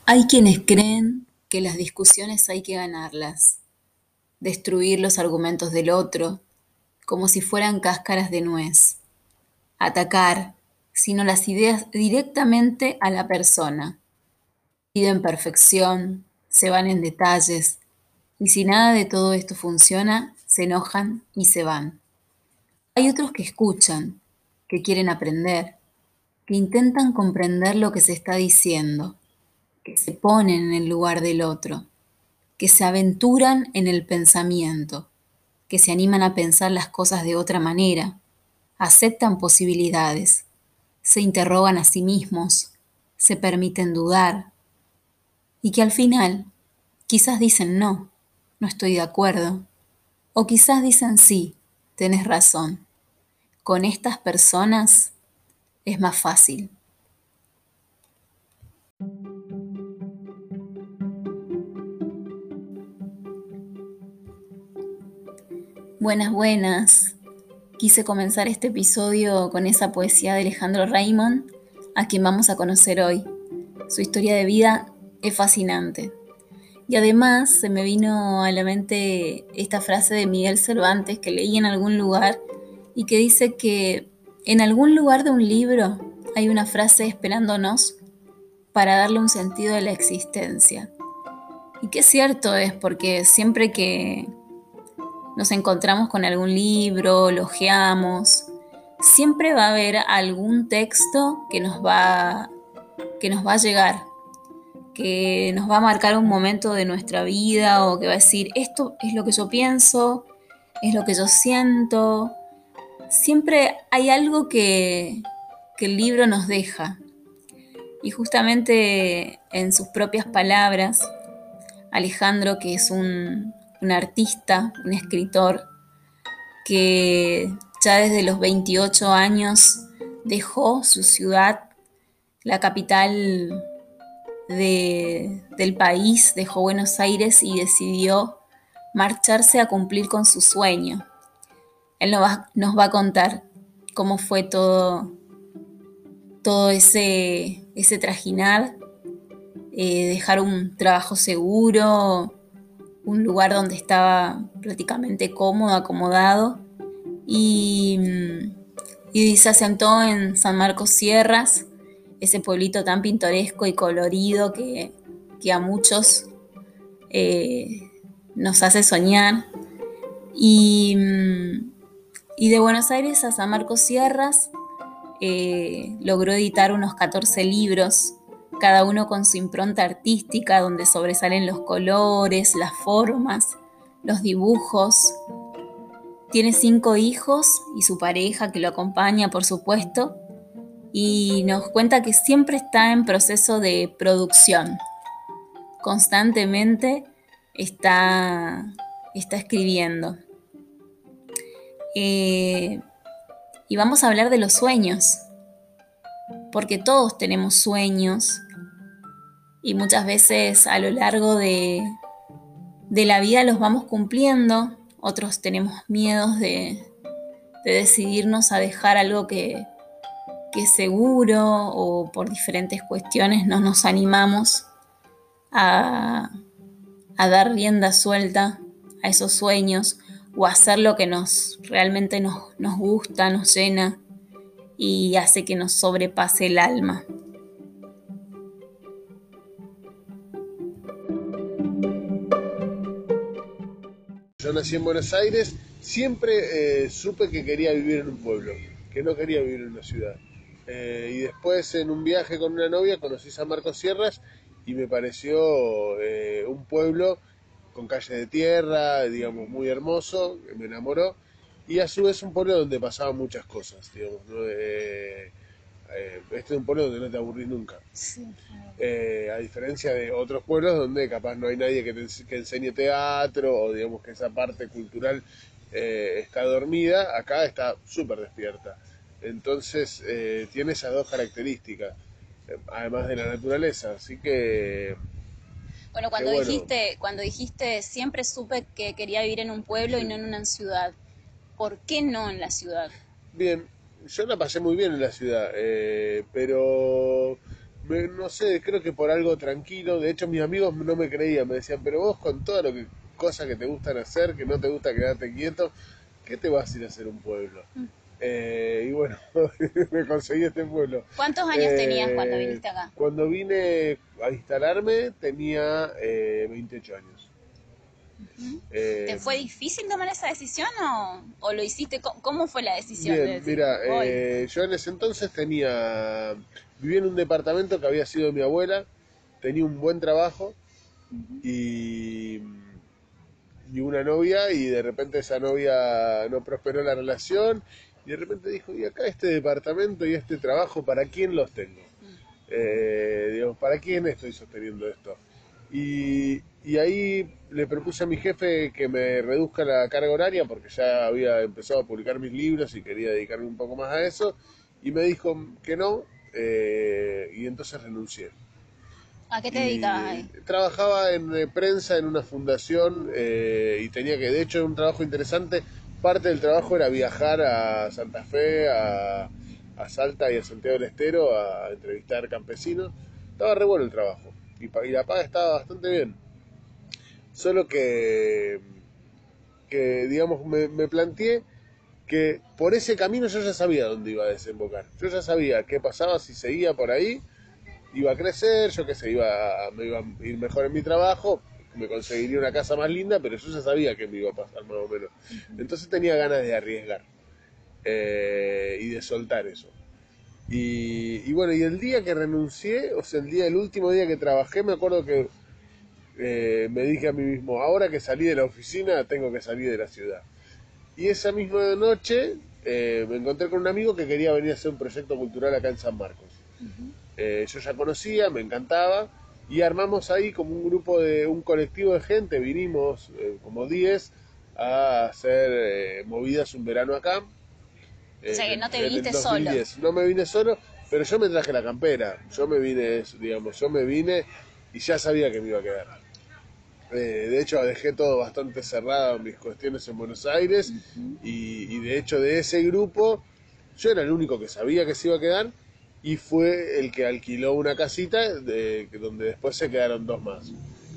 Hay quienes creen que las discusiones hay que ganarlas, destruir los argumentos del otro, como si fueran cáscaras de nuez, atacar, sino las ideas directamente a la persona. Piden perfección, se van en detalles, y si nada de todo esto funciona, se enojan y se van. Hay otros que escuchan, que quieren aprender, que intentan comprender lo que se está diciendo, que se ponen en el lugar del otro, que se aventuran en el pensamiento, que se animan a pensar las cosas de otra manera, aceptan posibilidades, se interrogan a sí mismos, se permiten dudar y que al final quizás dicen no, no estoy de acuerdo, o quizás dicen sí, tenés razón. Con estas personas es más fácil. Buenas, buenas. Quise comenzar este episodio con esa poesía de Alejandro Raymond, a quien vamos a conocer hoy. Su historia de vida es fascinante. Y además se me vino a la mente esta frase de Miguel Cervantes que leí en algún lugar y que dice que en algún lugar de un libro hay una frase esperándonos para darle un sentido a la existencia. Y qué cierto es, porque siempre que nos encontramos con algún libro, lo hojeamos, siempre va a haber algún texto que nos va a llegar, que nos va a marcar un momento de nuestra vida o que va a decir, esto es lo que yo pienso, es lo que yo siento. Siempre hay algo que el libro nos deja. Y justamente en sus propias palabras, Alejandro, que es un artista, un escritor, que ya desde los 28 años dejó su ciudad, la capital del país, dejó Buenos Aires y decidió marcharse a cumplir con su sueño. Él nos va a contar cómo fue todo ese trajinar, dejar un trabajo seguro, un lugar donde estaba prácticamente cómodo, acomodado, y, y se asentó en San Marcos Sierras, ese pueblito tan pintoresco y colorido que a muchos eh, nos hace soñar. Y, y de Buenos Aires a San Marcos Sierras logró editar unos 14 libros, cada uno con su impronta artística, donde sobresalen los colores, las formas, los dibujos. Tiene 5 hijos y su pareja que lo acompaña, por supuesto, y nos cuenta que siempre está en proceso de producción. Constantemente está, está escribiendo. Eh, y vamos a hablar de los sueños, porque todos tenemos sueños y muchas veces a lo largo de la vida los vamos cumpliendo, otros tenemos miedos de decidirnos a dejar algo que es seguro o por diferentes cuestiones no nos animamos a, a dar rienda suelta a esos sueños o a hacer lo que realmente nos gusta, nos llena y hace que nos sobrepase el alma. Yo nací en Buenos Aires, siempre supe que quería vivir en un pueblo, que no quería vivir en una ciudad. Y después en un viaje con una novia conocí San Marcos Sierras y me pareció un pueblo con calle de tierra, digamos, muy hermoso, me enamoró. Y a su vez un pueblo donde pasaban muchas cosas, digamos, ¿no? Este es un pueblo donde no te aburrís nunca. Sí. A diferencia de otros pueblos donde capaz no hay nadie que enseñe teatro o digamos que esa parte cultural está dormida, acá está súper despierta. Entonces tiene esas dos características, además de la naturaleza. Así Bueno, que bueno, cuando dijiste siempre supe que quería vivir en un pueblo y no en una ciudad, ¿por qué no en la ciudad? bien, yo la pasé muy bien en la ciudad, pero no sé, creo que por algo tranquilo. De hecho, mis amigos no me creían, me decían, pero vos con todo lo que cosas que te gustan hacer, que no te gusta quedarte quieto, ¿qué te vas a ir a hacer un pueblo? Y bueno, me conseguí este pueblo. ¿Cuántos años tenías cuando viniste acá? Cuando vine a instalarme tenía 28 años. ¿Te fue difícil tomar esa decisión o lo hiciste? ¿Cómo fue la decisión de Bien, decir, mira, voy? yo en ese entonces vivía en un departamento que había sido de mi abuela, tenía un buen trabajo y, y una novia, y de repente esa novia no prosperó la relación, y de repente dijo, y acá este departamento y este trabajo, ¿para quién los tengo? Digamos, ¿para quién estoy sosteniendo esto? Y ahí le propuse a mi jefe que me reduzca la carga horaria porque ya había empezado a publicar mis libros y quería dedicarme un poco más a eso, y me dijo que no, y entonces renuncié. ¿A qué te dedicabas Y ahí? trabajaba en prensa en una fundación, y tenía que, de hecho, un trabajo interesante. Parte del trabajo era viajar a Santa Fe, a Salta y a Santiago del Estero a entrevistar campesinos. Estaba re bueno el trabajo y la paga estaba bastante bien. Solo que digamos, me planteé que por ese camino yo ya sabía dónde iba a desembocar. Yo ya sabía qué pasaba si seguía por ahí, iba a crecer, yo qué sé, me iba a ir mejor en mi trabajo, me conseguiría una casa más linda, pero yo ya sabía que me iba a pasar más o menos. Entonces tenía ganas de arriesgar, y de soltar eso. Y bueno, y el día que renuncié, o sea, el último día que trabajé, me acuerdo que me dije a mí mismo, ahora que salí de la oficina, tengo que salir de la ciudad. Y esa misma noche me encontré con un amigo que quería venir a hacer un proyecto cultural acá en San Marcos. Yo ya conocía, me encantaba, y armamos ahí como un colectivo de gente, vinimos como 10 a hacer movidas un verano acá, O sea que no te en el viniste solo. 2010. No me vine solo, pero yo me traje la campera, yo me vine y ya sabía que me iba a quedar. De hecho, dejé todo bastante cerrado, mis cuestiones en Buenos Aires, y de hecho de ese grupo yo era el único que sabía que se iba a quedar, y fue el que alquiló una casita donde después se quedaron dos más.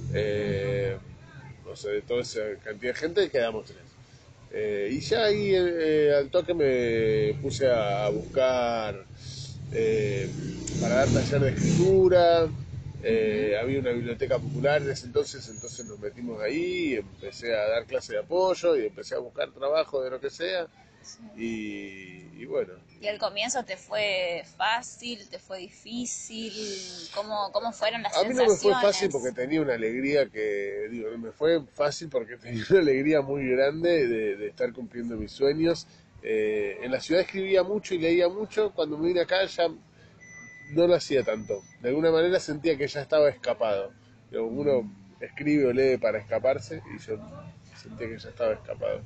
No sé, de toda esa cantidad de gente quedamos tres. Y ya ahí al toque me puse a buscar eh, para dar taller de escritura. Había una biblioteca popular en ese entonces nos metimos ahí, y empecé a dar clase de apoyo y empecé a buscar trabajo de lo que sea. Y bueno. ¿Y al comienzo te fue fácil, te fue difícil? ¿Cómo fueron las A mí no me fue fácil porque sensaciones? tenía una alegría no me fue fácil porque tenía una alegría muy grande de estar cumpliendo mis sueños. En la ciudad escribía mucho y leía mucho, cuando me vine acá ya no lo hacía tanto. De alguna manera sentía que ya estaba escapado. Uno escribe o lee para escaparse, y yo sentía que ya estaba escapado.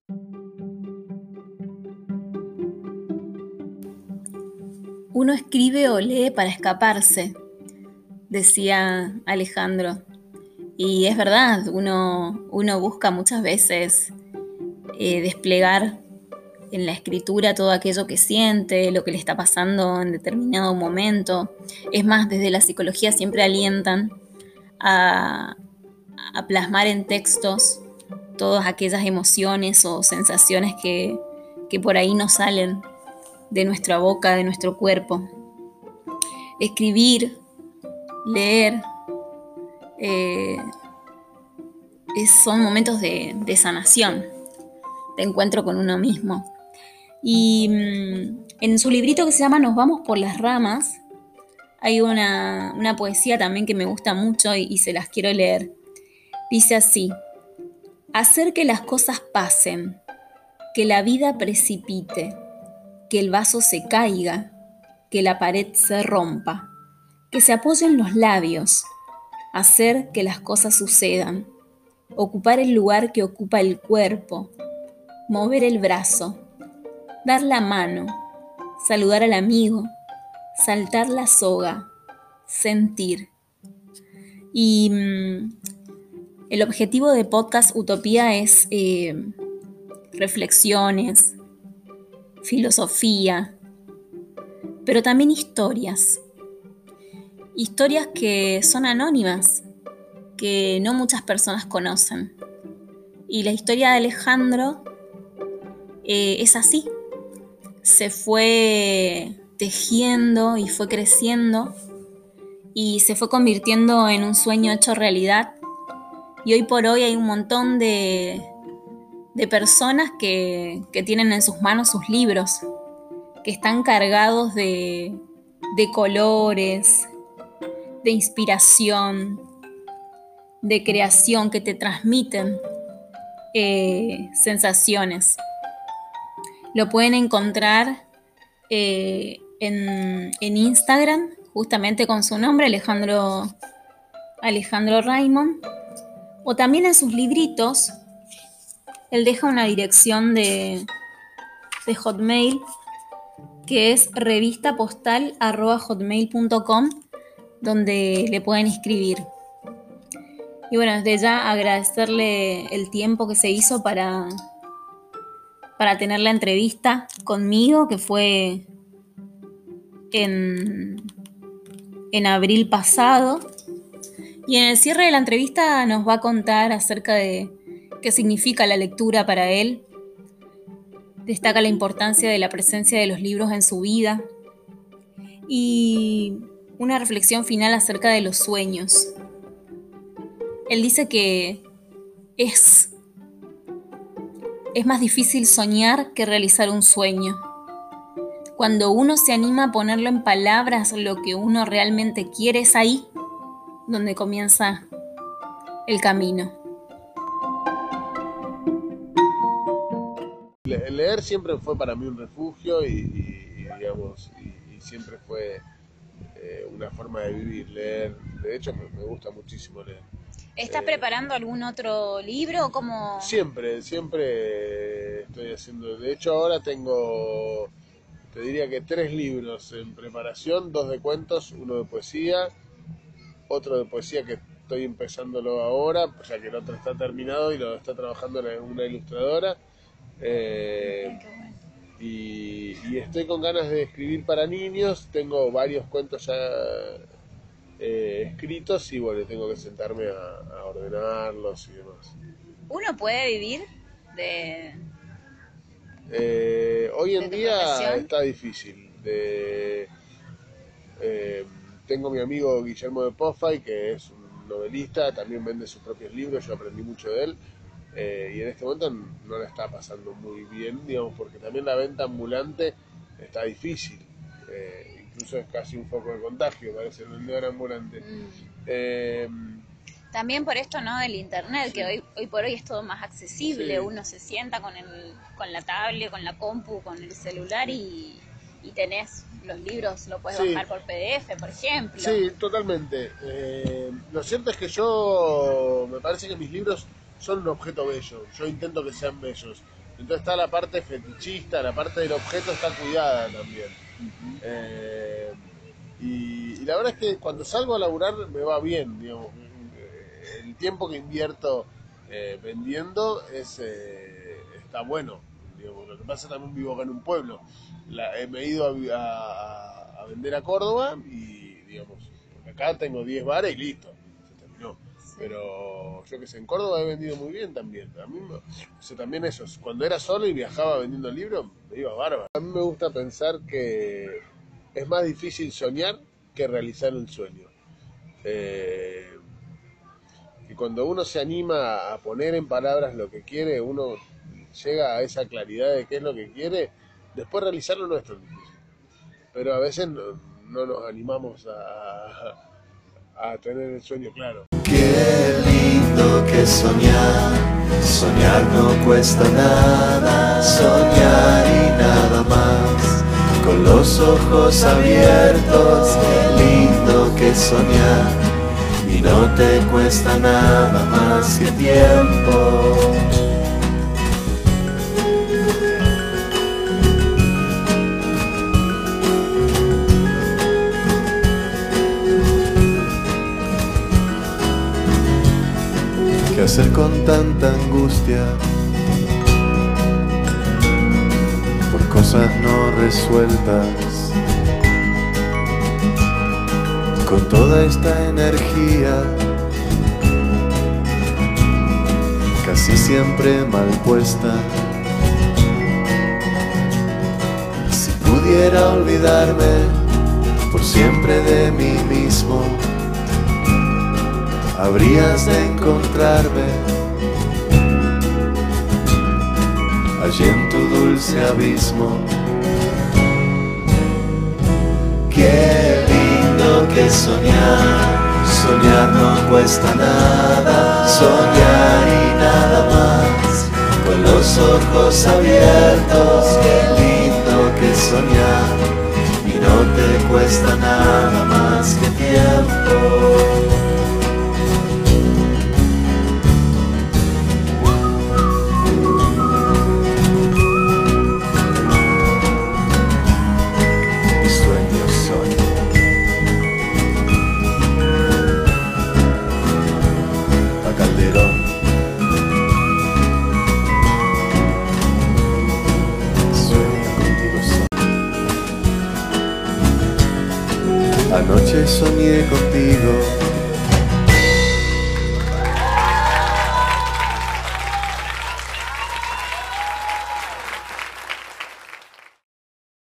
Uno escribe o lee para escaparse, decía Alejandro. Y es verdad, uno busca muchas veces desplegar en la escritura todo aquello que siente, lo que le está pasando en determinado momento. Es más, desde la psicología siempre alientan a, a plasmar en textos todas aquellas emociones o sensaciones que por ahí no salen de nuestra boca, de nuestro cuerpo. Escribir, leer, eh, son momentos de sanación, de encuentro con uno mismo. Y en su librito que se llama Nos vamos por las ramas, hay una poesía también que me gusta mucho y se las quiero leer. Dice así: hacer que las cosas pasen, que la vida precipite, que el vaso se caiga, que la pared se rompa, que se apoyen los labios, hacer que las cosas sucedan, ocupar el lugar que ocupa el cuerpo, mover el brazo, dar la mano, saludar al amigo, saltar la soga, sentir. Y el objetivo de Podcast Utopía es reflexiones, filosofía, pero también historias. Historias que son anónimas, que no muchas personas conocen. Y la historia de Alejandro es así. Se fue tejiendo y fue creciendo y se fue convirtiendo en un sueño hecho realidad. Y hoy por hoy hay un montón de personas que tienen en sus manos sus libros, que están cargados de colores, de inspiración, de creación, que te transmiten sensaciones. Lo pueden encontrar en Instagram, justamente con su nombre, Alejandro Raimond, o también en sus libritos. Él deja una dirección de Hotmail, que es revistapostal@hotmail.com, donde le pueden escribir. Y bueno, desde ya agradecerle el tiempo que se hizo para tener la entrevista conmigo, que fue en abril pasado. Y en el cierre de la entrevista nos va a contar acerca de qué significa la lectura para él. Destaca la importancia de la presencia de los libros en su vida y una reflexión final acerca de los sueños. Él dice que es más difícil soñar que realizar un sueño. Cuando uno se anima a ponerlo en palabras lo que uno realmente quiere, es ahí donde comienza el camino. Leer siempre fue para mí un refugio y siempre fue una forma de vivir, leer. De hecho, me gusta muchísimo leer. ¿Estás preparando algún otro libro? ¿Cómo? Siempre estoy haciendo. De hecho, ahora tengo, te diría que 3 libros en preparación, 2 de cuentos, uno de poesía, otro de poesía que estoy empezándolo ahora, o sea que el otro está terminado y lo está trabajando una ilustradora. Y estoy con ganas de escribir para niños. Tengo varios cuentos ya escritos y bueno, tengo que sentarme a ordenarlos y demás. ¿Uno puede vivir de hoy en día profesión? está difícil. Tengo mi amigo Guillermo de Poffay, que es un novelista, también vende sus propios libros, yo aprendí mucho de él. Y en este momento no la está pasando muy bien, digamos, porque también la venta ambulante está difícil. Incluso es casi un foco de contagio, parece el vendedor ambulante. También por esto, ¿no?, del internet, sí, que hoy por hoy es todo más accesible. Sí. Uno se sienta con la tablet, con la compu, con el celular y tenés los libros, lo puedes bajar por PDF, por ejemplo. Sí, totalmente. Lo cierto es que me parece que mis libros son un objeto bello, yo intento que sean bellos. Entonces está la parte fetichista, la parte del objeto está cuidada también. Y la verdad es que cuando salgo a laburar me va bien, digamos. El tiempo que invierto vendiendo está bueno, digamos. Lo que pasa es que también vivo acá en un pueblo. Me he ido a vender a Córdoba y, digamos, acá tengo 10 bares y listo, se terminó. Pero yo que sé, en Córdoba he vendido muy bien también. A mí, también eso, cuando era solo y viajaba vendiendo libros, me iba bárbaro. A mí me gusta pensar que es más difícil soñar que realizar un sueño. Y cuando uno se anima a poner en palabras lo que quiere, uno llega a esa claridad de qué es lo que quiere, después realizarlo no es tan difícil. Pero a veces no nos animamos a tener el sueño claro. Qué lindo que soñar no cuesta nada, soñar y nada más, con los ojos abiertos, qué lindo que soñar, y no te cuesta nada más que tiempo. ¿Qué hacer con tanta angustia por cosas no resueltas? con toda esta energía, casi siempre mal puesta. Si pudiera olvidarme por siempre de mí mismo, habrías de encontrarme allí en tu dulce abismo. Qué lindo que soñar, soñar no cuesta nada, soñar y nada más, con los ojos abiertos. Qué lindo que soñar, y no te cuesta nada más que tiempo. Anoche soñé contigo,